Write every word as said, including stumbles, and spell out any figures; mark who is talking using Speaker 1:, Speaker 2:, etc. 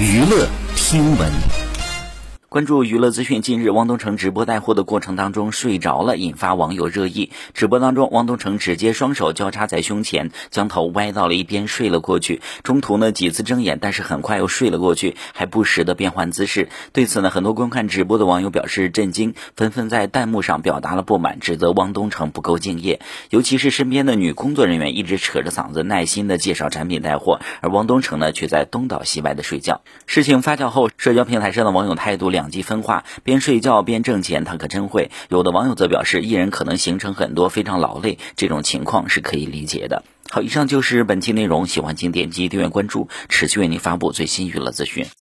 Speaker 1: 娱乐听闻。
Speaker 2: 关注娱乐资讯，近日汪东城直播带货的过程当中睡着了，引发网友热议。直播当中，汪东城直接双手交叉在胸前，将头歪到了一边睡了过去。中途呢几次睁眼，但是很快又睡了过去，还不时的变换姿势。对此呢，很多观看直播的网友表示震惊，纷纷在弹幕上表达了不满，指责汪东城不够敬业。尤其是身边的女工作人员一直扯着嗓子耐心的介绍产品带货，而汪东城呢却在东倒西歪的睡觉。事情发酵后，社交平台上的网友态度两极分化，边睡觉边挣钱，他可真会。有的网友则表示，艺人可能行程很多，非常劳累，这种情况是可以理解的。好，以上就是本期内容，喜欢请点击订阅关注，持续为您发布最新娱乐资讯。